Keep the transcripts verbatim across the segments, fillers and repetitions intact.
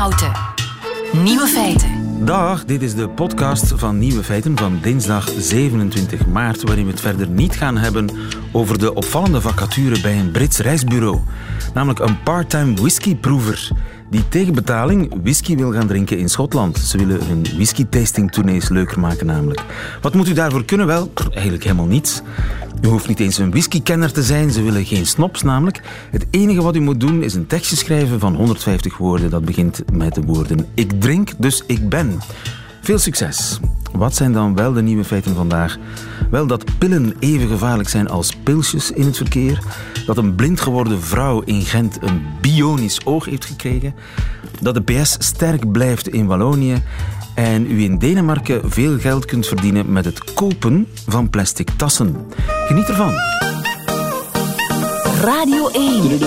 Houten. Nieuwe feiten. Dag, dit is de podcast van Nieuwe Feiten van dinsdag zevenentwintig maart, waarin we het verder niet gaan hebben over de opvallende vacature bij een Brits reisbureau. Namelijk een part-time whiskyproever die tegen betaling whisky wil gaan drinken in Schotland. Ze willen hun whisky-tasting-tournees leuker maken namelijk. Wat moet u daarvoor kunnen? Wel, eigenlijk helemaal niets. U hoeft niet eens een whiskykenner te zijn. Ze willen geen snobs namelijk. Het enige wat u moet doen is een tekstje schrijven van honderdvijftig woorden. Dat begint met de woorden ik drink, dus ik ben. Veel succes. Wat zijn dan wel de nieuwe feiten vandaag? Wel dat pillen even gevaarlijk zijn als pilsjes in het verkeer. Dat een blind geworden vrouw in Gent een bionisch oog heeft gekregen. Dat de P S sterk blijft in Wallonië. En u in Denemarken veel geld kunt verdienen met het kopen van plastic tassen. Geniet ervan. Radio één.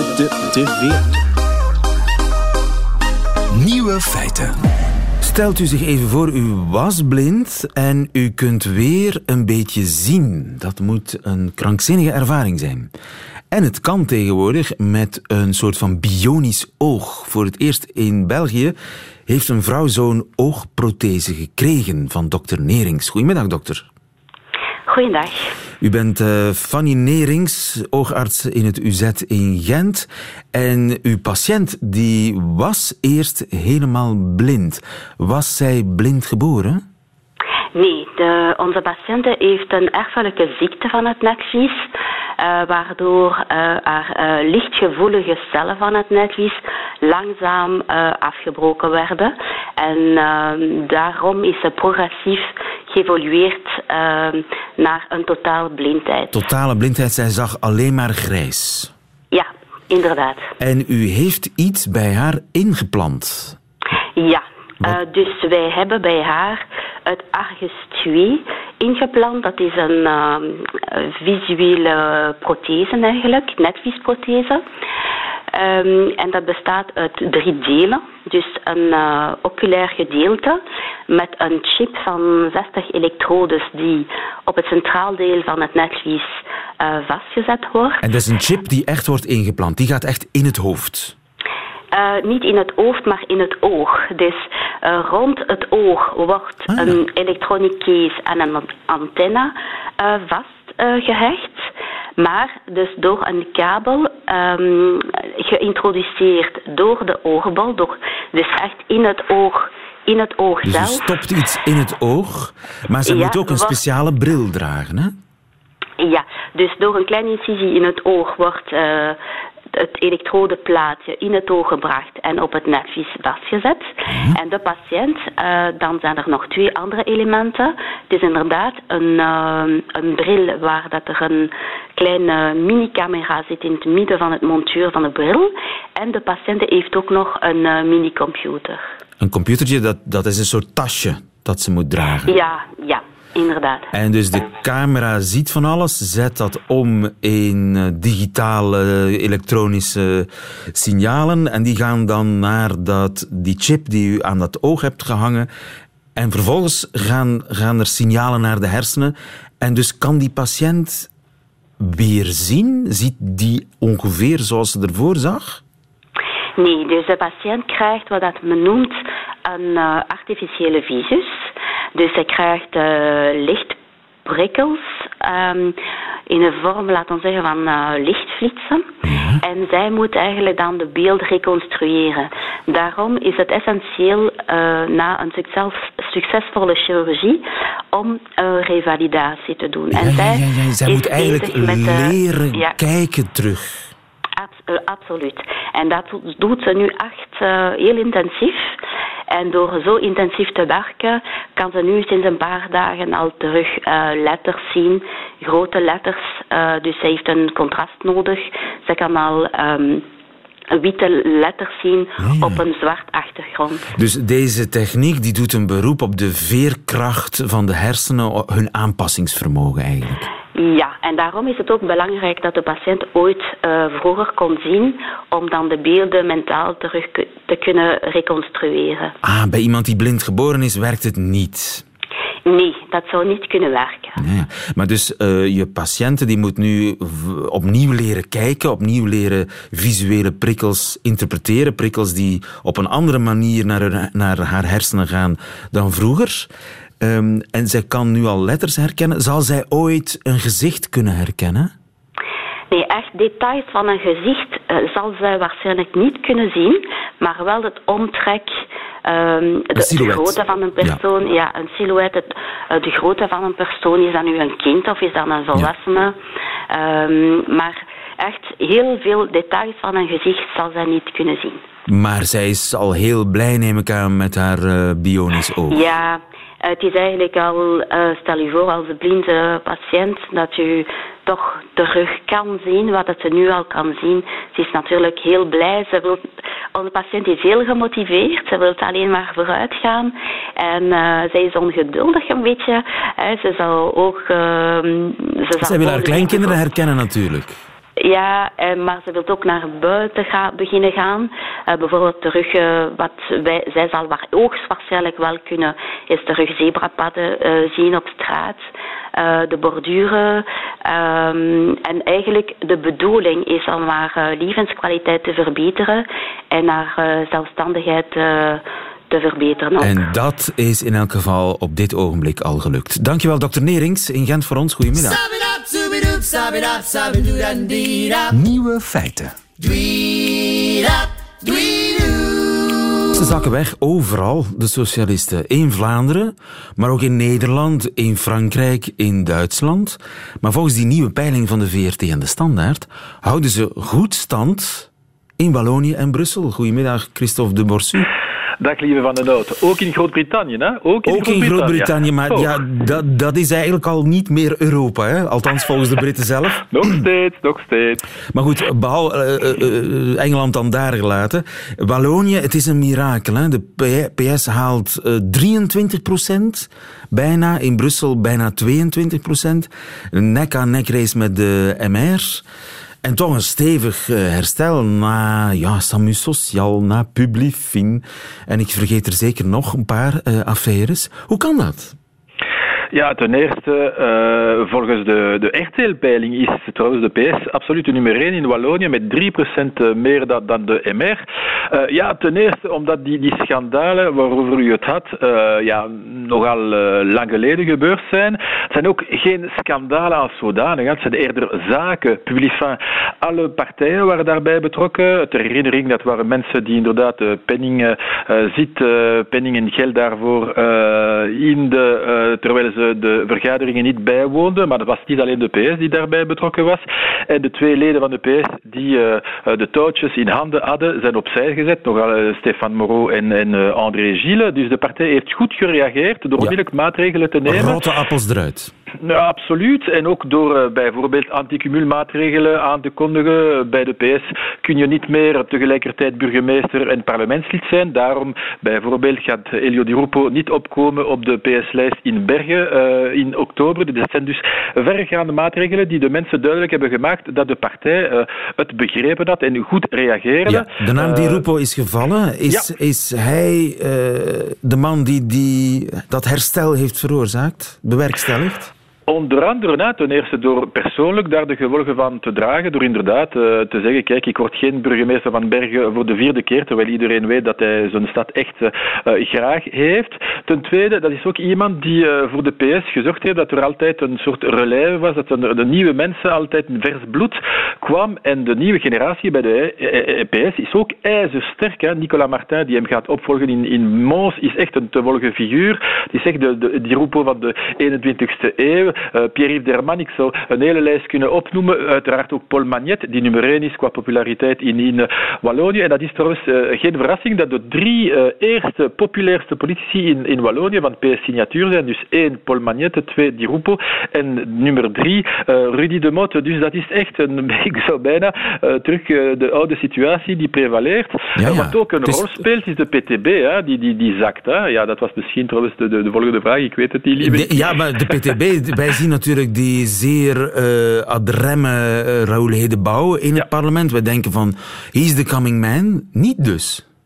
Nieuwe feiten. Stelt u zich even voor, u was blind en u kunt weer een beetje zien. Dat moet een krankzinnige ervaring zijn. En het kan tegenwoordig met een soort van bionisch oog. Voor het eerst in België heeft een vrouw zo'n oogprothese gekregen van dokter Nerings. Goedemiddag, dokter. Goeiedag. U bent uh, Fanny Nerings, oogarts in het U Z in Gent. En uw patiënt die was eerst helemaal blind. Was zij blind geboren? Nee, de, onze patiënte heeft een erfelijke ziekte van het netvlies, uh, waardoor uh, haar uh, lichtgevoelige cellen van het netvlies langzaam uh, afgebroken werden. En uh, daarom is ze progressief geëvolueerd uh, naar een totale blindheid. Totale blindheid, zij zag alleen maar grijs. Ja, inderdaad. En u heeft iets bij haar ingeplant? Ja, uh, dus wij hebben bij haar het Argus twee ingeplant. Dat is een uh, visuele prothese eigenlijk, netvliesprothese. Um, en dat bestaat uit drie delen. Dus een uh, oculair gedeelte met een chip van zestig elektrodes die op het centraal deel van het netvlies uh, vastgezet wordt. En dat is een chip die echt wordt ingeplant, die gaat echt in het hoofd? Uh, niet in het hoofd, maar in het oog. Dus uh, rond het oog wordt ah. een electronic case en een antenne uh, vastgehecht. Uh, maar dus door een kabel um, geïntroduceerd door de oogbal, door, dus echt in het oog, in het oog dus zelf. Dus je stopt iets in het oog, maar ze ja, moet ook een speciale bril dragen, hè? Ja, dus door een kleine incisie in het oog wordt uh, het elektrodeplaatje in het oog gebracht en op het netvlies vastgezet. Mm-hmm. En de patiënt, uh, dan zijn er nog twee andere elementen. Het is inderdaad een, uh, een bril waar dat er een kleine mini-camera zit in het midden van het montuur van de bril. En de patiënt heeft ook nog een uh, mini-computer. Een computertje, dat, dat is een soort tasje dat ze moet dragen? Ja, ja. Inderdaad. En dus de camera ziet van alles, zet dat om in digitale elektronische signalen en die gaan dan naar dat, die chip die u aan dat oog hebt gehangen en vervolgens gaan, gaan er signalen naar de hersenen en dus kan die patiënt weer zien? Ziet die ongeveer zoals ze ervoor zag? Nee, dus de patiënt krijgt wat dat men noemt een uh, artificiële visus. Dus hij krijgt uh, lichtprikkels um, in de vorm, laten we zeggen, van uh, lichtflitsen. Ja. En zij moet eigenlijk dan de beeld reconstrueren. Daarom is het essentieel uh, na een succes, succesvolle chirurgie om uh, revalidatie te doen. Ja, en zij, ja, ja, ja. zij moet eigenlijk met, uh, leren ja. kijken terug. Abs- uh, absoluut. En dat doet ze nu echt uh, heel intensief. En door zo intensief te werken, kan ze nu sinds een paar dagen al terug uh, letters zien, grote letters. Uh, dus ze heeft een contrast nodig. Ze kan al um, witte letters zien ja, ja. op een zwart achtergrond. Dus deze techniek die doet een beroep op de veerkracht van de hersenen, hun aanpassingsvermogen eigenlijk. Ja, en daarom is het ook belangrijk dat de patiënt ooit uh, vroeger kon zien om dan de beelden mentaal terug te kunnen reconstrueren. Ah, bij iemand die blind geboren is werkt het niet? Nee, dat zou niet kunnen werken. zeggen. Ja, ja. Maar dus uh, je patiënten die moet nu v- opnieuw leren kijken, opnieuw leren visuele prikkels interpreteren, prikkels die op een andere manier naar haar, naar haar hersenen gaan dan vroeger. Um, en zij kan nu al letters herkennen. Zal zij ooit een gezicht kunnen herkennen? Nee, echt details van een gezicht uh, zal zij waarschijnlijk niet kunnen zien, maar wel het omtrek, um, de, de grootte van een persoon. Ja, ja een silhouet, het, uh, de grootte van een persoon. Is dat nu een kind of is dat een volwassene? Ja. Um, maar echt heel veel details van een gezicht zal zij niet kunnen zien. Maar zij is al heel blij, neem ik aan, met haar uh, bionisch oog. Ja. Uh, het is eigenlijk al, uh, stel je voor als blinde patiënt, dat u toch terug kan zien wat het ze nu al kan zien. Ze is natuurlijk heel blij. Ze wil, onze patiënt is heel gemotiveerd. Ze wil alleen maar vooruit gaan. En uh, zij is ongeduldig een beetje. Uh, ze zal ook... Uh, ze zal zij wil haar kleinkinderen herkennen natuurlijk. Ja, maar ze wil ook naar buiten gaan, beginnen gaan. Uh, bijvoorbeeld terug, uh, wat wij, zij zal waar hoogstwaarschijnlijk wel kunnen, is terug zebrapadden uh, zien op straat. Uh, de borduren. Um, en eigenlijk de bedoeling is om haar uh, levenskwaliteit te verbeteren en haar uh, zelfstandigheid uh, te verbeteren ook. En dat is in elk geval op dit ogenblik al gelukt. Dankjewel, dokter Nerings in Gent voor ons. Goedemiddag. Nieuwe feiten. Ze zakken weg overal, de socialisten. In Vlaanderen, maar ook in Nederland, in Frankrijk, in Duitsland. Maar volgens die nieuwe peiling van de V R T en de Standaard houden ze goed stand in Wallonië en Brussel. Goedemiddag, Christophe de Borsu. Dag lieve Van den Hout. Ook in Groot-Brittannië, hè? Ook in Ook Groot-Brittannië, in Groot-Brittannië maar oh. ja, dat, dat is eigenlijk al niet meer Europa, hè? Althans volgens de Britten zelf. Nog steeds, nog steeds. Maar goed, behalve uh, uh, Engeland dan daar gelaten. Wallonië, het is een mirakel, hè? De P S haalt uh, drieëntwintig procent bijna, in Brussel bijna tweeëntwintig procent. Een nek-aan-nek race met de M R. En toch een stevig uh, herstel na ja, Samu Social, na Publifin. En ik vergeet er zeker nog een paar uh, affaires. Hoe kan dat? Ja, ten eerste, uh, volgens de, de R T L-peiling is trouwens de P S absoluut de nummer één in Wallonië met drie procent meer dan, dan de M R. Uh, ja, ten eerste omdat die, die schandalen waarover u het had, uh, ja, nogal uh, lang geleden gebeurd zijn. Het zijn ook geen schandalen als zodanig. Het zijn eerder zaken. Publifin, alle partijen waren daarbij betrokken. Ter herinnering, dat waren mensen die inderdaad uh, penning, uh, zit, uh, penning en geld daarvoor uh, in de, uh, terwijl ze de vergaderingen niet bijwoonden, maar dat was niet alleen de P S die daarbij betrokken was. En de twee leden van de P S die uh, de touwtjes in handen hadden, zijn opzij gezet. Nogal uh, Stéphane Moreau en, en uh, André Gilles. Dus de partij heeft goed gereageerd door onmiddellijk ja. maatregelen te nemen. Rotte appels eruit. Ja, absoluut. En ook door uh, bijvoorbeeld anticumulmaatregelen aan te kondigen. Bij de P S kun je niet meer tegelijkertijd burgemeester en parlementslid zijn. Daarom bijvoorbeeld gaat Elio Di Rupo niet opkomen op de P S-lijst in Bergen uh, in oktober. Dat zijn dus verregaande maatregelen die de mensen duidelijk hebben gemaakt dat de partij uh, het begrepen had en goed reageerde. Ja, de naam Di Rupo is gevallen. Is, ja. is hij uh, de man die, die dat herstel heeft veroorzaakt, bewerkstelligd? Onder andere, nou, ten eerste door persoonlijk daar de gevolgen van te dragen, door inderdaad uh, te zeggen, kijk, ik word geen burgemeester van Bergen voor de vierde keer, terwijl iedereen weet dat hij zijn stad echt uh, graag heeft. Ten tweede, dat is ook iemand die uh, voor de P S gezorgd heeft dat er altijd een soort relais was, dat er de nieuwe mensen altijd vers bloed kwam en de nieuwe generatie bij de P S is ook ijzersterk. Hè. Nicolas Martin, die hem gaat opvolgen in, in Mons, is echt een te volgen figuur. Die zegt de, de, Di Rupo van de eenentwintigste eeuw. Uh, Pierre-Yves Derman, ik zou een hele lijst kunnen opnoemen. Uiteraard ook Paul Magnet, die nummer één is qua populariteit in, in uh, Wallonië. En dat is trouwens uh, geen verrassing dat de drie uh, eerste populairste politici in, in Wallonië van P S-signatuur zijn. Dus één, Paul Magnet, twee, Di Rupo en nummer drie, uh, Rudy de Motte. Dus dat is echt, een, ik zou bijna uh, terug uh, de oude situatie die prevaleert. Ja, ja. Wat ook een dus... rol speelt is de P T B, hè, die, die, die zakt. Hè. Ja, dat was misschien trouwens de, de, de volgende vraag, ik weet het niet. Lieve. Ja, maar de P T B... Wij zien natuurlijk die zeer uh, adremme uh, Raoul Hedebouw in het ja. parlement. Wij denken van, he's the coming man. Niet dus.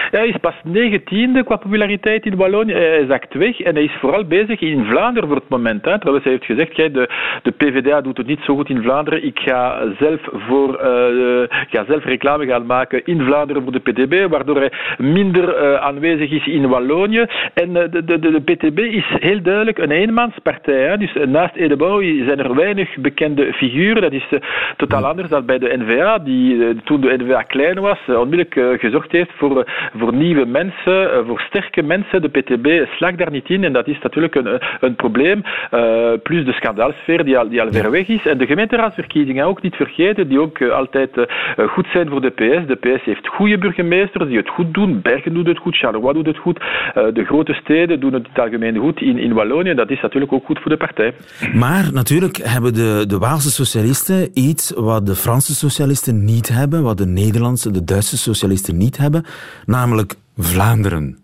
Ja, hij is pas negentiende qua populariteit in Wallonië. Hij zakt weg en hij is vooral bezig in Vlaanderen voor het moment. Hè. Trouwens, hij heeft gezegd, kijk, de, de P V D A doet het niet zo goed in Vlaanderen. Ik ga zelf, voor, uh, ga zelf reclame gaan maken in Vlaanderen voor de P T B, waardoor hij minder uh, aanwezig is in Wallonië. En uh, de, de, de, de P T B is heel duidelijk een eenmanspartij. Hè. Dus uh, naast Edebouw zijn er weinig bekende figuren. Dat is uh, totaal anders dan bij de N V A, die uh, toen de N V A klein was, uh, onmiddellijk uh, gezorgd heeft voor, uh, voor nieuwe mensen, uh, voor sterke mensen. De P T B slag daar niet in en dat is natuurlijk een, een probleem. Uh, plus de schandaalsfeer die al, die al ver weg is. En de gemeenteraadsverkiezingen ook niet vergeten, die ook uh, altijd uh, goed zijn voor de P S. De P S heeft goede burgemeesters die het goed doen. Bergen doet het goed, Charleroi doet het goed. Uh, de grote steden doen het in het algemeen goed in, in Wallonië. Dat is natuurlijk ook goed voor de partij. Maar natuurlijk hebben de, de Waalse socialisten iets wat de Franse socialisten niet hebben, wat de Nederlandse, de Duitse socialisten niet hebben, namelijk Vlaanderen.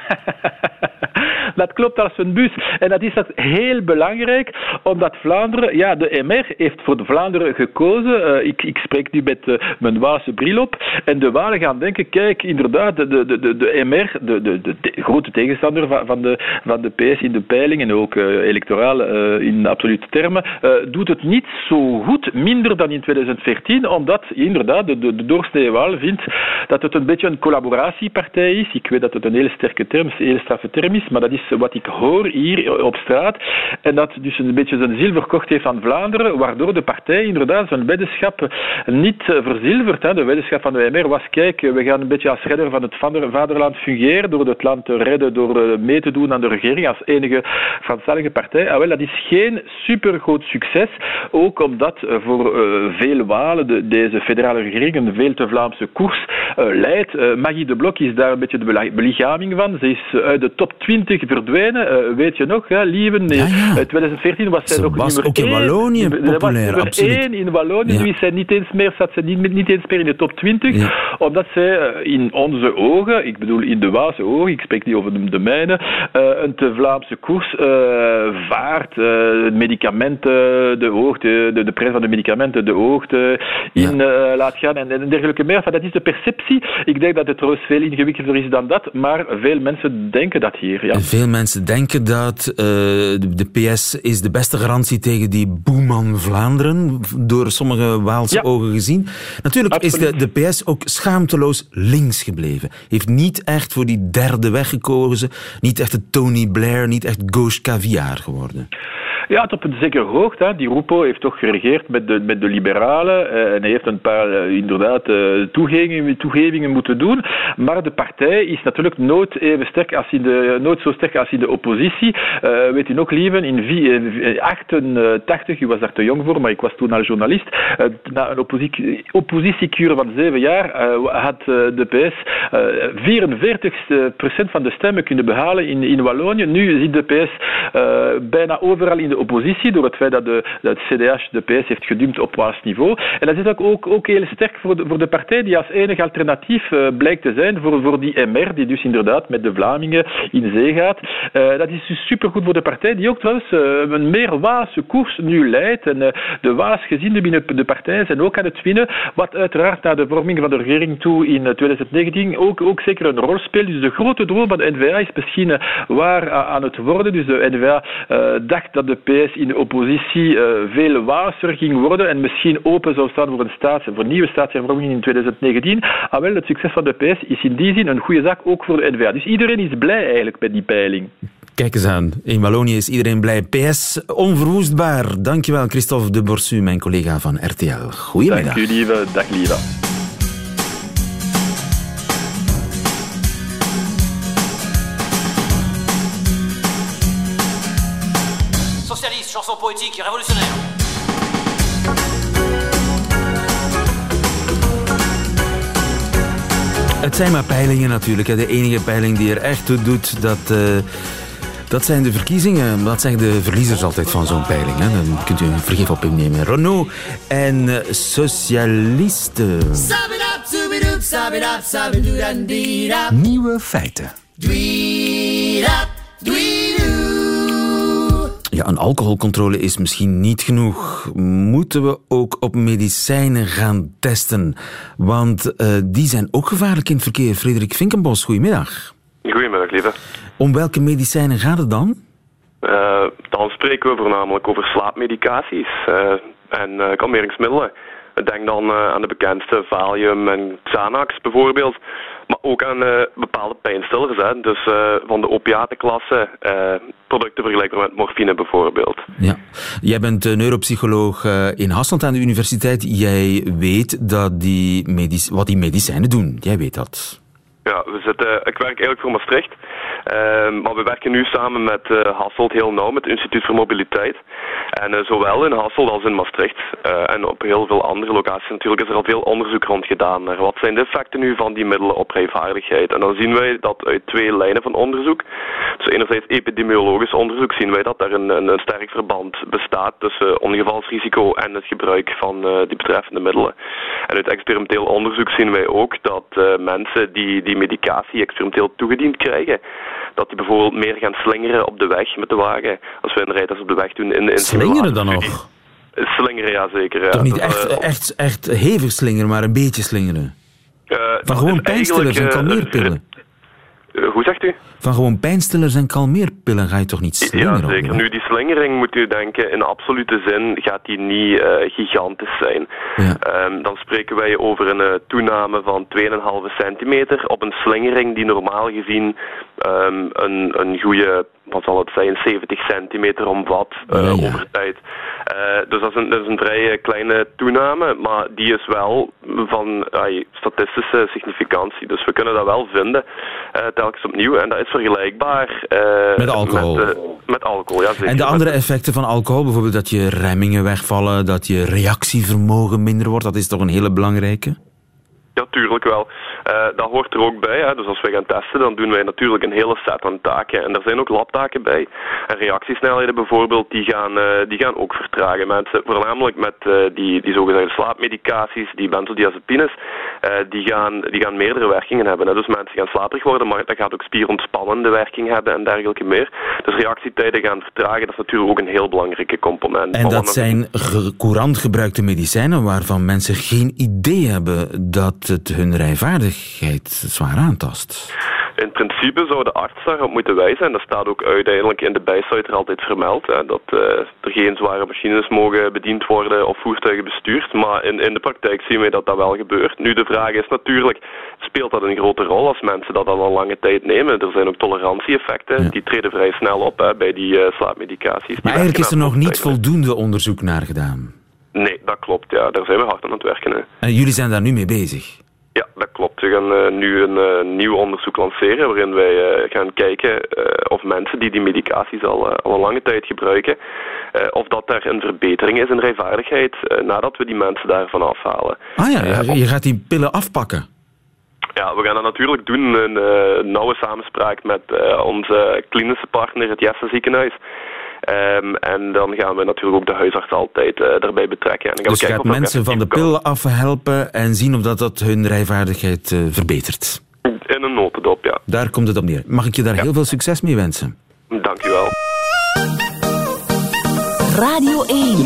Dat klopt als een bus. En dat is dat heel belangrijk, omdat Vlaanderen, ja, de M R heeft voor de Vlaanderen gekozen. Uh, ik, ik spreek nu met uh, mijn Waalse bril op. En de Walen gaan denken, kijk, inderdaad, de, de, de, de M R, de, de, de, de grote tegenstander van, van, de, van de P S in de peiling en ook uh, electoraal uh, in absolute termen, uh, doet het niet zo goed, minder dan in tweeduizend veertien, omdat inderdaad de, de, de doorsnee Waal vindt dat het een beetje een collaboratiepartij is. Ik weet dat het een hele sterke term is, een hele straffe term is, maar dat is wat ik hoor hier op straat. En dat dus een beetje zijn ziel verkocht heeft aan Vlaanderen, waardoor de partij inderdaad zijn weddenschap niet verzilvert. Hè. De weddenschap van de M R was, kijk, we gaan een beetje als redder van het vaderland fungeren, door het land te redden, door mee te doen aan de regering als enige Franstalige partij. Ah, wel, dat is geen supergroot succes, ook omdat voor uh, veel Walen de, deze federale regering een veel te Vlaamse koers uh, leidt. Uh, Maggie de Blok is daar een beetje de belichaming van. Ze is uit de top twintig verdwenen, uh, weet je nog, hè, Lieven? Ja, ja. Uh, tweeduizend veertien was zij nog was nummer ook in één. Wallonië populair, nummer absoluut. één in Wallonië, Ja. nu is zij niet eens meer, staat zij niet, niet eens meer in de top twintig, Ja. omdat zij uh, in onze ogen, ik bedoel in de Waalse ogen, ik spreek niet over de, de mijne, uh, een te Vlaamse koers uh, vaart, uh, medicamenten, de hoogte, de, de prijs van de medicamenten, de hoogte in ja. uh, laat gaan en, en dergelijke meer. Enfin, dat is de perceptie. Ik denk dat het trouwens veel ingewikkelder is dan dat, maar veel mensen denken dat hier. Ja. Veel mensen denken dat uh, de, de P S is de beste garantie tegen die boeman Vlaanderen, door sommige Waalse ja. ogen gezien. Natuurlijk Absoluut. is de, de P S ook schaamteloos links gebleven. Heeft niet echt voor die derde weg gekozen, niet echt de Tony Blair, niet echt Gauche Caviar geworden. Ja, tot op een zekere hoogte. Hè. Die Rupo heeft toch geregeerd met de, met de liberalen uh, en hij heeft een paar uh, inderdaad uh, toegevingen, toegevingen moeten doen. Maar de partij is natuurlijk nooit even sterk als in de, nooit zo sterk als in de oppositie. Uh, weet u nog, Lieven, in achtentachtig, u was daar te jong voor, maar ik was toen al journalist, uh, na een oppositie, oppositiekuur van zeven jaar uh, had uh, de P S uh, vierenveertig procent van de stemmen kunnen behalen in, in Wallonië. Nu zit de P S uh, bijna overal in de oppositie, door het feit dat de, dat C D H de P S heeft gedumpt op Waals niveau. En dat is ook, ook, ook heel sterk voor de, voor de partij die als enig alternatief uh, blijkt te zijn voor, voor die M R, die dus inderdaad met de Vlamingen in zee gaat. Uh, dat is dus supergoed voor de partij, die ook trouwens uh, een meer Waalse koers nu leidt. En uh, de Waalsgezinden binnen de partij zijn ook aan het winnen, wat uiteraard na de vorming van de regering toe in tweeduizend negentien ook, ook zeker een rol speelt. Dus de grote droom van de N V A is misschien uh, waar uh, aan het worden. Dus de N V A uh, dacht dat de P S in de oppositie uh, veel Waalser ging worden en misschien open zou staan voor een, staats, voor een nieuwe staatshervorming in tweeduizend negentien. Ah, wel, het succes van de P S is in die zin een goede zaak, ook voor de N V A. Dus iedereen is blij eigenlijk met die peiling. Kijk eens aan. In Wallonië is iedereen blij. P S onverwoestbaar. Dankjewel, Christophe de Borsu, mijn collega van R T L. Goedemiddag. Dank u, lieve. Dag, lieve. Socialiste, chanson poétique, révolutionnaire. Het zijn maar peilingen natuurlijk. De enige peiling die er echt toe doet, dat, uh, dat zijn de verkiezingen. Dat zeggen de verliezers altijd van zo'n peiling. Hè. Dan kunt u een vergif op innemen. Renault en uh, socialisten. Nieuwe feiten. Ja, Ja, een alcoholcontrole is misschien niet genoeg. Moeten we ook op medicijnen gaan testen? Want uh, die zijn ook gevaarlijk in het verkeer. Frederik Vinkenbos, goedemiddag. Goedemiddag, lieve. Om welke medicijnen gaat het dan? Uh, dan spreken we voornamelijk over slaapmedicaties uh, en uh, kalmeringsmiddelen. Ik denk dan uh, aan de bekendste Valium en Xanax bijvoorbeeld. Maar ook aan uh, bepaalde pijnstillers. Hè. Dus uh, van de opiatenklasse, uh, producten vergelijkbaar met morfine bijvoorbeeld. Ja. Jij bent uh, neuropsycholoog uh, in Hasselt aan de universiteit. Jij weet dat die medic- wat die medicijnen doen. Jij weet dat. Ja, we zitten, ik werk eigenlijk voor Maastricht. Uh, maar we werken nu samen met uh, Hasselt heel nauw, met het Instituut voor Mobiliteit. En uh, zowel in Hasselt als in Maastricht uh, en op heel veel andere locaties natuurlijk is er al veel onderzoek rond gedaan naar wat zijn de effecten nu van die middelen op rijvaardigheid. En dan zien wij dat uit twee lijnen van onderzoek, dus enerzijds epidemiologisch onderzoek, zien wij dat er een, een, een sterk verband bestaat tussen ongevalsrisico en het gebruik van uh, die betreffende middelen. En uit experimenteel onderzoek zien wij ook dat uh, mensen die die medicatie experimenteel toegediend krijgen, dat die bijvoorbeeld meer gaan slingeren op de weg met de wagen. Als we een rijtest op de weg doen. In, in slingeren dan nog? Slingeren, ja zeker. Ja. Toch niet dus, echt, uh, echt, echt hevig slingeren, maar een beetje slingeren? Uh, Van gewoon pijnstillers en kalmeerpillen? Uh, hoe zegt u? Van gewoon pijnstillers en kalmeerpillen ga je toch niet slingeren? Ja, zeker. Nu, die slingering moet u denken, in absolute zin gaat die niet uh, gigantisch zijn. Ja. Um, dan spreken wij over een uh, toename van twee komma vijf centimeter op een slingering die normaal gezien um, een, een goede, wat zal het zijn, zeventig centimeter omvat uh, ja, ja. over tijd. Uh, dus dat is, een, dat is een vrij kleine toename, maar die is wel van uh, statistische significantie. Dus we kunnen dat wel vinden, uh, telkens opnieuw. En dat is vergelijkbaar uh, met alcohol. Met, uh, met alcohol, ja, zeker. En de andere effecten van alcohol, bijvoorbeeld dat je remmingen wegvallen, dat je reactievermogen minder wordt, dat is toch een hele belangrijke? Ja, tuurlijk wel. Uh, dat hoort er ook bij. Hè. Dus als wij gaan testen, dan doen wij natuurlijk een hele set aan taken. En er zijn ook labtaken bij. En reactiesnelheden bijvoorbeeld, die gaan, uh, die gaan ook vertragen. Mensen, voornamelijk met uh, die, die zogezegde slaapmedicaties, die benzodiazepines, uh, die, gaan, die gaan meerdere werkingen hebben. Hè. Dus mensen gaan slaperig worden, maar dat gaat ook spierontspannende werking hebben en dergelijke meer. Dus reactietijden gaan vertragen, dat is natuurlijk ook een heel belangrijke component. En dat zijn ge- courant gebruikte medicijnen waarvan mensen geen idee hebben dat het hun rijvaardigheid zwaar aantast. In principe zou de arts daarop moeten wijzen, en dat staat ook uiteindelijk in de bijsluiter altijd vermeld, hè, dat uh, er geen zware machines mogen bediend worden of voertuigen bestuurd, maar in, in de praktijk zien we dat dat wel gebeurt. Nu, de vraag is natuurlijk, speelt dat een grote rol als mensen dat al een lange tijd nemen? Er zijn ook tolerantie-effecten, ja. Die treden vrij snel op hè, bij die uh, slaapmedicaties. Maar eigenlijk is er nog niet voldoende onderzoek naar gedaan. Nee, dat klopt, ja. Daar zijn we hard aan het werken. Hè. En jullie zijn daar nu mee bezig? Ja, dat klopt. We gaan uh, nu een uh, nieuw onderzoek lanceren waarin wij uh, gaan kijken uh, of mensen die die medicaties al, uh, al een lange tijd gebruiken, uh, of dat er een verbetering is in rijvaardigheid uh, nadat we die mensen daarvan afhalen. Ah ja, uh, je gaat die pillen afpakken. Ja, we gaan dat natuurlijk doen in uh, nauwe samenspraak met uh, onze klinische partner, het Jesse ziekenhuis. Um, en dan gaan we natuurlijk ook de huisarts altijd uh, daarbij betrekken. En dan gaan dus we je kijken gaat mensen van de pillen afhelpen en zien of dat, dat hun rijvaardigheid uh, verbetert. In een notendop, ja. Daar komt het op neer. Mag ik je daar ja. heel veel succes mee wensen? Dank u wel. Radio één.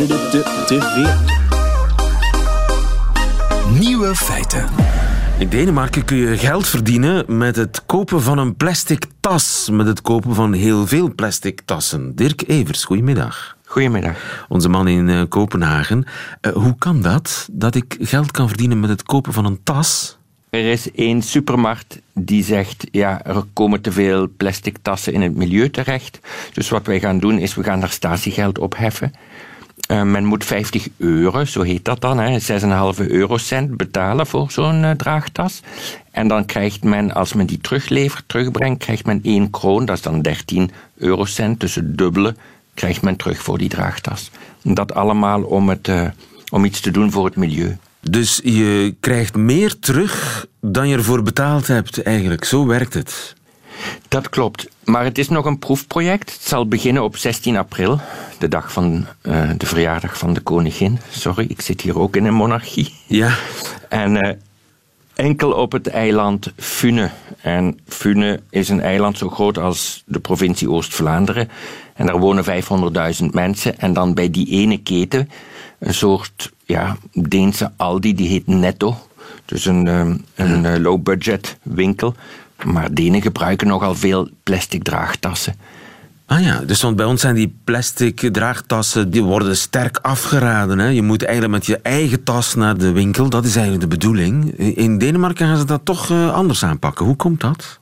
Nieuwe feiten. In Denemarken kun je geld verdienen met het kopen van een plastic tas. Met het kopen van heel veel plastic tassen. Dirk Evers, goedemiddag. Goedemiddag. Onze man in uh, Kopenhagen. Uh, hoe kan dat, dat ik geld kan verdienen met het kopen van een tas? Er is één supermarkt die zegt, ja, er komen te veel plastic tassen in het milieu terecht. Dus wat wij gaan doen is, we gaan daar statiegeld opheffen. Uh, men moet vijftig euro, zo heet dat dan, hè, zes komma vijf eurocent betalen voor zo'n uh, draagtas. En dan krijgt men, als men die teruglevert, terugbrengt, krijgt men één kroon, dat is dan dertien eurocent, dus het dubbele krijgt men terug voor die draagtas. En dat allemaal om, het, uh, om iets te doen voor het milieu. Dus je krijgt meer terug dan je ervoor betaald hebt, eigenlijk. Zo werkt het. Dat klopt, maar het is nog een proefproject. Het zal beginnen op zestien april, de dag van uh, de verjaardag van de koningin. Sorry, ik zit hier ook in een monarchie. Ja. En uh, enkel op het eiland Fune. En Fune is een eiland zo groot als de provincie Oost-Vlaanderen. En daar wonen vijfhonderdduizend mensen. En dan bij die ene keten, een soort ja, Deense Aldi, die heet Netto. Dus een, een, een low-budget winkel. Maar Denen gebruiken nogal veel plastic draagtassen. Ah ja, dus want bij ons zijn die plastic draagtassen, die worden sterk afgeraden. Hè? Je moet eigenlijk met je eigen tas naar de winkel. Dat is eigenlijk de bedoeling. In Denemarken gaan ze dat toch uh, anders aanpakken. Hoe komt dat?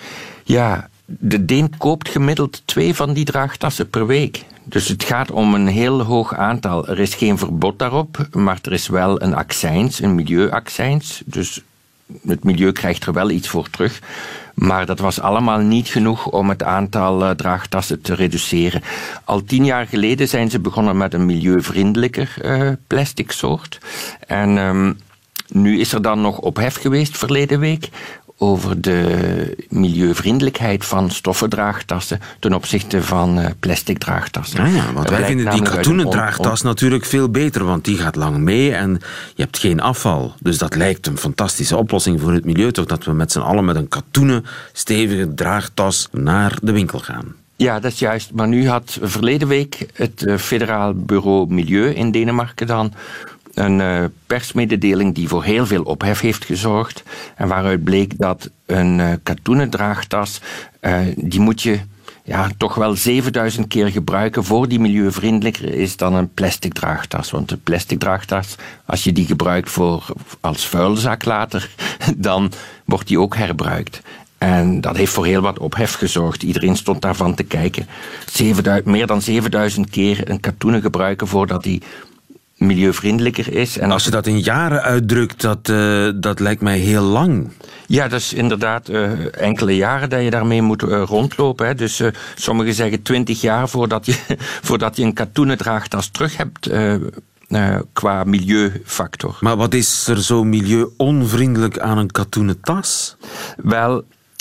Ja, de Deen koopt gemiddeld twee van die draagtassen per week. Dus het gaat om een heel hoog aantal. Er is geen verbod daarop, maar er is wel een accijns, een milieuaccijns. Dus het milieu krijgt er wel iets voor terug. Maar dat was allemaal niet genoeg om het aantal uh, draagtassen te reduceren. Al tien jaar geleden zijn ze begonnen met een milieuvriendelijker uh, plastic soort. En um, nu is er dan nog ophef geweest verleden week over de milieuvriendelijkheid van stoffen draagtassen ten opzichte van uh, plastic draagtassen. Ja, ja, want wij vinden die katoenen draagtas on- natuurlijk veel beter, want die gaat lang mee en je hebt geen afval. Dus dat lijkt een fantastische oplossing voor het milieu, toch dat we met z'n allen met een katoenen stevige draagtas naar de winkel gaan. Ja, dat is juist. Maar nu had verleden week het uh, Federaal Bureau Milieu in Denemarken dan een uh, persmededeling die voor heel veel ophef heeft gezorgd. En waaruit bleek dat een uh, katoenen draagtas, uh, die moet je ja, toch wel zevenduizend keer gebruiken voor die milieuvriendelijker is dan een plastic draagtas. Want een plastic draagtas, als je die gebruikt voor, als vuilzak later, dan wordt die ook herbruikt. En dat heeft voor heel wat ophef gezorgd. Iedereen stond daarvan te kijken. zevenduizend, meer dan zevenduizend keer een katoenen gebruiken voordat die milieuvriendelijker is. En als je dat in jaren uitdrukt, dat, uh, dat lijkt mij heel lang. Ja, dat is inderdaad uh, enkele jaren dat je daarmee moet uh, rondlopen. Hè. Dus uh, sommigen zeggen twintig jaar voordat je, voordat je een katoenen draagtas terug hebt uh, uh, qua milieufactor. Maar wat is er zo milieu-onvriendelijk aan een katoenen tas? Wel,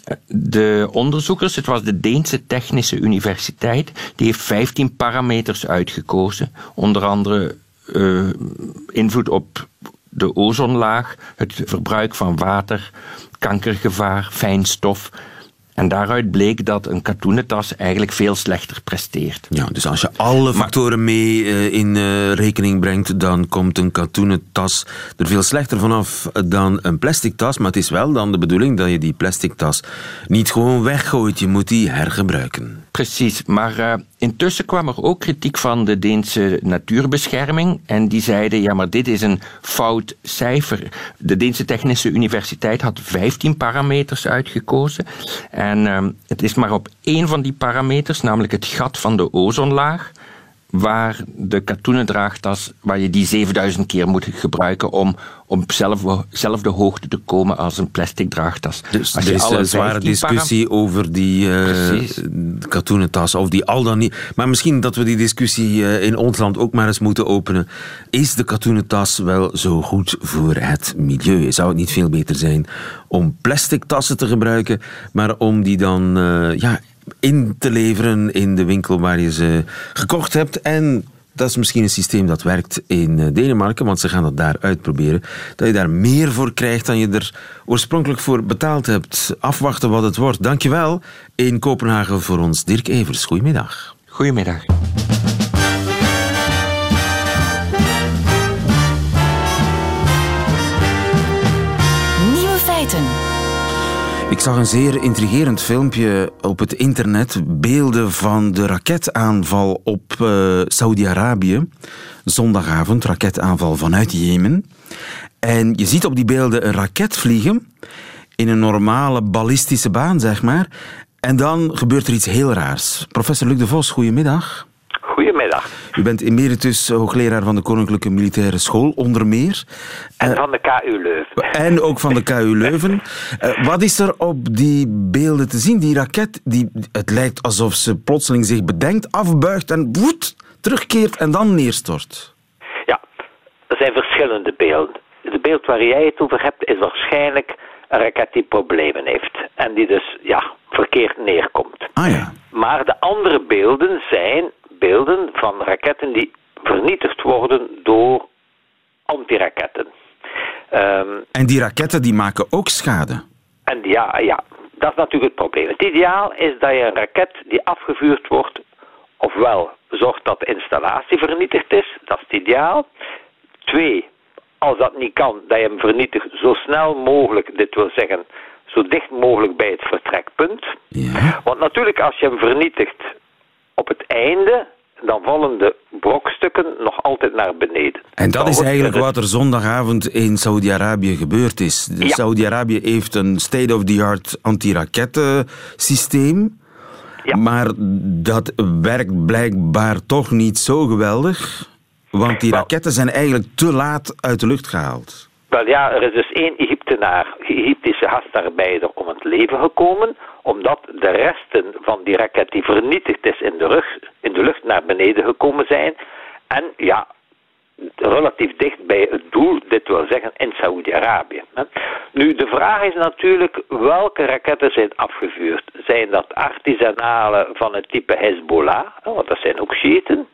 de onderzoekers, het was de Deense Technische Universiteit, die heeft vijftien parameters uitgekozen. Onder andere Uh, invloed op de ozonlaag, het verbruik van water, kankergevaar, fijnstof. En daaruit bleek dat een katoenen tas eigenlijk veel slechter presteert. Ja, dus als je alle factoren mee uh, in uh, rekening brengt, dan komt een katoenen tas er veel slechter vanaf dan een plastic tas. Maar het is wel dan de bedoeling dat je die plastic tas niet gewoon weggooit. Je moet die hergebruiken. Precies, maar uh, intussen kwam er ook kritiek van de Deense Natuurbescherming. En die zeiden, ja, maar dit is een fout cijfer. De Deense Technische Universiteit had vijftien parameters uitgekozen. En uh, het is maar op één van die parameters, namelijk het gat van de ozonlaag, waar de katoenen draagtas, waar je die zevenduizend keer moet gebruiken om op dezelfde hoogte te komen als een plastic draagtas. Dus als je er is een zware discussie param- over die uh, katoenen tas, of die al dan niet. Maar misschien dat we die discussie uh, in ons land ook maar eens moeten openen. Is de katoenen tas wel zo goed voor het milieu? Zou het niet veel beter zijn om plastic tassen te gebruiken, maar om die dan uh, ja, in te leveren in de winkel waar je ze gekocht hebt? En dat is misschien een systeem dat werkt in Denemarken, want ze gaan dat daar uitproberen. Dat je daar meer voor krijgt dan je er oorspronkelijk voor betaald hebt. Afwachten wat het wordt. Dankjewel in Kopenhagen voor ons, Dirk Evers. Goedemiddag. Goedemiddag. Nieuwe feiten. Ik zag een zeer intrigerend filmpje op het internet. Beelden van de raketaanval op uh, Saudi-Arabië. Zondagavond, raketaanval vanuit Jemen. En je ziet op die beelden een raket vliegen in een normale ballistische baan, zeg maar. En dan gebeurt er iets heel raars. Professor Luc de Vos, goedemiddag. Goedemiddag. U bent emeritus hoogleraar van de Koninklijke Militaire School, onder meer. En uh, van de K U Leuven. En ook van de K U Leuven. Uh, wat is er op die beelden te zien? Die raket, die, het lijkt alsof ze plotseling zich bedenkt, afbuigt en woed, terugkeert en dan neerstort. Ja, er zijn verschillende beelden. Het beeld waar jij het over hebt is waarschijnlijk een raket die problemen heeft. En die dus, ja, verkeerd neerkomt. Ah ja. Maar de andere beelden zijn beelden van raketten die vernietigd worden door antiraketten. Um, en die raketten die maken ook schade. En ja, ja, dat is natuurlijk het probleem. Het ideaal is dat je een raket die afgevuurd wordt, ofwel zorgt dat de installatie vernietigd is, dat is het ideaal. Twee, als dat niet kan, dat je hem vernietigt zo snel mogelijk, dit wil zeggen zo dicht mogelijk bij het vertrekpunt. Ja. Want natuurlijk als je hem vernietigt op het einde, dan vallen de brokstukken nog altijd naar beneden. En dat dan is eigenlijk het... wat er zondagavond in Saudi-Arabië gebeurd is. Ja. Saudi-Arabië heeft een state-of-the-art antirakettensysteem. Ja. Maar dat werkt blijkbaar toch niet zo geweldig. Want die raketten zijn eigenlijk te laat uit de lucht gehaald. Wel ja, er is dus één Egyptenaar, Egyptische gastarbeider, om het leven gekomen, omdat de resten van die raket die vernietigd is in de, rug, in de lucht naar beneden gekomen zijn. En ja, relatief dicht bij het doel, dit wil zeggen in Saoedi-Arabië. Nu, de vraag is natuurlijk, welke raketten zijn afgevuurd? Zijn dat artisanale van het type Hezbollah, want dat zijn ook Shiiten.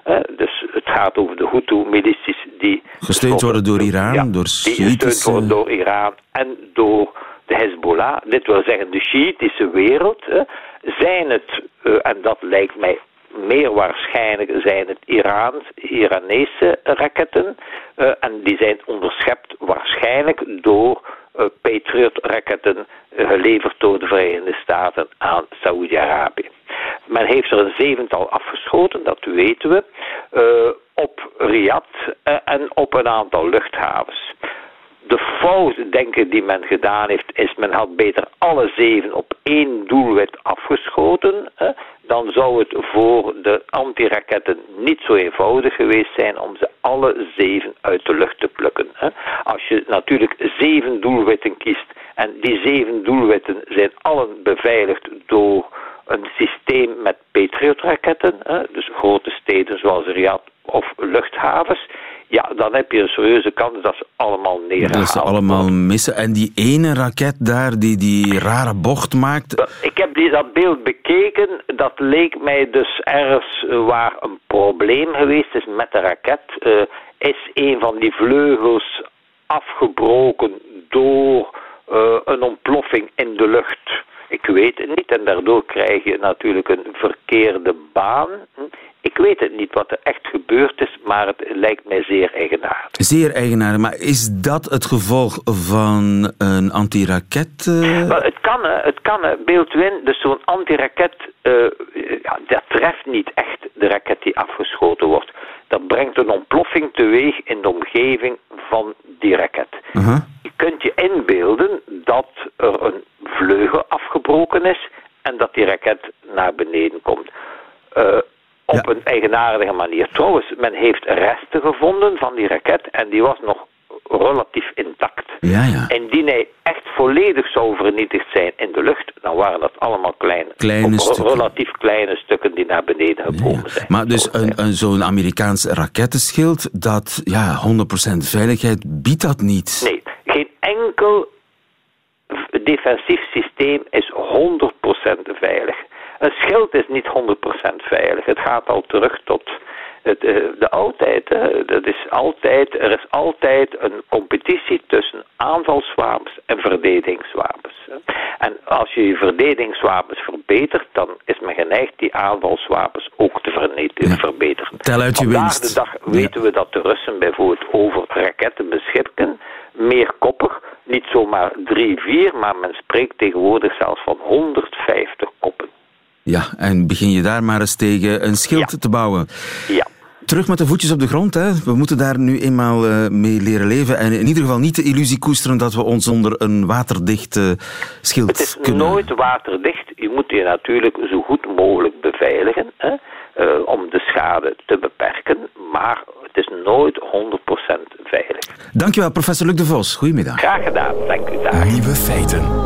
Dus het gaat over de Hutu-milities die gesteund worden door Iran, ja, door die gesteund worden door Iran en door de Hezbollah. Dit wil zeggen de Shiïtische wereld. Zijn het, en dat lijkt mij meer waarschijnlijk, zijn het Iraans, Iranese raketten. En die zijn onderschept waarschijnlijk door uh, Patriot-raketten uh, geleverd door de Verenigde Staten aan Saoedi-Arabië. Men heeft er een zevental afgeschoten, dat weten we, uh, op Riyadh uh, en op een aantal luchthavens. De fout, denk ik, die men gedaan heeft, is men had beter alle zeven op één doelwit afgeschoten. Hè. Dan zou het voor de antiraketten niet zo eenvoudig geweest zijn om ze alle zeven uit de lucht te plukken. Hè. Als je natuurlijk zeven doelwitten kiest en die zeven doelwitten zijn allen beveiligd door een systeem met Patriot-raketten, hè, dus grote steden zoals Riyadh of luchthavens, ja, dan heb je een serieuze kans dat ze allemaal neerhalen. Dat ze allemaal missen. En die ene raket daar, die die rare bocht maakt... Ik heb die, dat beeld bekeken. Dat leek mij dus ergens waar een probleem geweest is met de raket. Uh, is een van die vleugels afgebroken door uh, een ontploffing in de lucht? Ik weet het niet. En daardoor krijg je natuurlijk een verkeerde baan. Ik weet het niet wat er echt gebeurd is, maar het lijkt mij zeer eigenaardig. Zeer eigenaardig, maar is dat het gevolg van een antiraket? Uh... Wel, het kan, het kan, Beeldwin, dus zo'n antiraket, uh, ja, dat treft niet echt de raket die afgeschoten wordt. Dat brengt een ontploffing teweeg in de omgeving van die raket. Uh-huh. Je kunt je inbeelden dat er een vleugel afgebroken is en dat die raket naar beneden komt. Uh, Op ja. een eigenaardige manier. Trouwens, men heeft resten gevonden van die raket en die was nog relatief intact. Ja, ja. Indien hij echt volledig zou vernietigd zijn in de lucht, dan waren dat allemaal kleine, kleine stukken. relatief kleine stukken die naar beneden gekomen ja, ja. zijn. Maar dus een, een, zo'n Amerikaans rakettenschild, dat ja, honderd procent veiligheid biedt dat niet? Nee, geen enkel defensief systeem is honderd procent veilig. Een schild is niet honderd procent veilig. Het gaat al terug tot het, de oudheid. Hè. Dat is altijd, er is altijd een competitie tussen aanvalswapens en verdedigingswapens. En als je je verdedigingswapens verbetert, dan is men geneigd die aanvalswapens ook te vernetigen, ja. verbeteren. Tel uit je Vandaag winst. de dag weten we dat de Russen bijvoorbeeld over raketten beschikken, meerkoppig, niet zomaar drie, vier, maar men spreekt tegenwoordig zelfs van honderdvijftig koppen. Ja, en begin je daar maar eens tegen een schild ja. te bouwen. Ja. Terug met de voetjes op de grond. Hè. We moeten daar nu eenmaal uh, mee leren leven. En in ieder geval niet de illusie koesteren dat we ons onder een waterdicht uh, schild Het is kunnen... nooit waterdicht. Je moet je natuurlijk zo goed mogelijk beveiligen, hè, uh, om de schade te beperken. Maar het is nooit honderd procent veilig. Dankjewel, professor Luc de Vos. Goedemiddag. Graag gedaan. Dank u daar. Nieuwe feiten.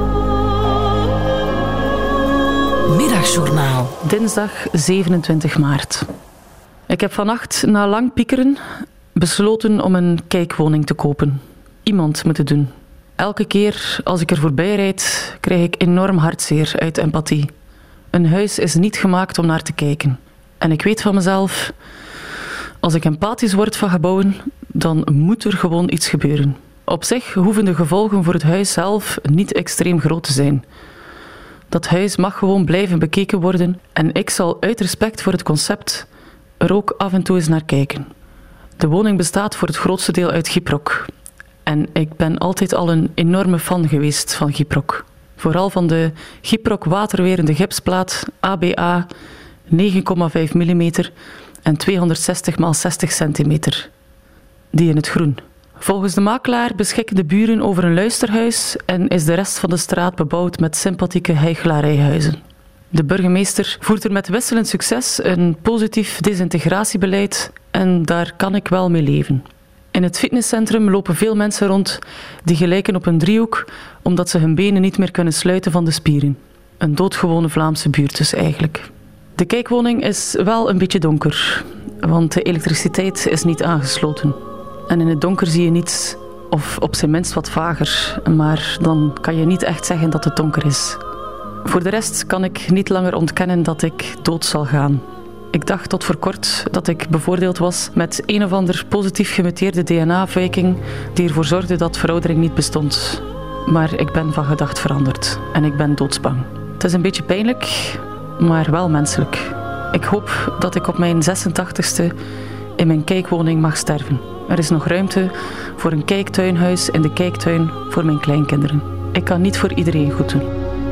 Middagjournaal. Dinsdag zevenentwintig maart. Ik heb vannacht na lang piekeren besloten om een kijkwoning te kopen. Iemand moet het doen. Elke keer als ik er voorbij rijd, krijg ik enorm hartzeer uit empathie. Een huis is niet gemaakt om naar te kijken. En ik weet van mezelf, als ik empathisch word van gebouwen, dan moet er gewoon iets gebeuren. Op zich hoeven de gevolgen voor het huis zelf niet extreem groot te zijn. Dat huis mag gewoon blijven bekeken worden en ik zal uit respect voor het concept er ook af en toe eens naar kijken. De woning bestaat voor het grootste deel uit gyprok. En ik ben altijd al een enorme fan geweest van gyprok. Vooral van de gyprok waterwerende gipsplaat A B A negen komma vijf millimeter en tweehonderdzestig bij zestig centimeter. Die in het groen. Volgens de makelaar beschikken de buren over een luisterhuis en is de rest van de straat bebouwd met sympathieke heichelarijhuizen. De burgemeester voert er met wisselend succes een positief desintegratiebeleid en daar kan ik wel mee leven. In het fitnesscentrum lopen veel mensen rond die gelijken op een driehoek omdat ze hun benen niet meer kunnen sluiten van de spieren. Een doodgewone Vlaamse buurt dus eigenlijk. De kijkwoning is wel een beetje donker, want de elektriciteit is niet aangesloten. En in het donker zie je niets, of op zijn minst wat vager, maar dan kan je niet echt zeggen dat het donker is. Voor de rest kan ik niet langer ontkennen dat ik dood zal gaan. Ik dacht tot voor kort dat ik bevoordeeld was met een of ander positief gemuteerde D N A-afwijking die ervoor zorgde dat veroudering niet bestond. Maar ik ben van gedacht veranderd en ik ben doodsbang. Het is een beetje pijnlijk, maar wel menselijk. Ik hoop dat ik op mijn zesentachtigste in mijn kijkwoning mag sterven. Er is nog ruimte voor een kijktuinhuis in de kijktuin voor mijn kleinkinderen. Ik kan niet voor iedereen goed doen.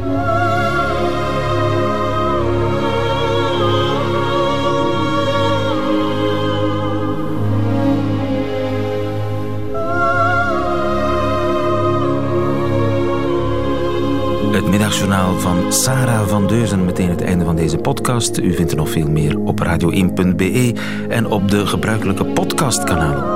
Het middagjournaal van Sarah van Deuzen. Meteen het einde van deze podcast. U vindt er nog veel meer op radio één punt be en op de gebruikelijke podcastkanalen.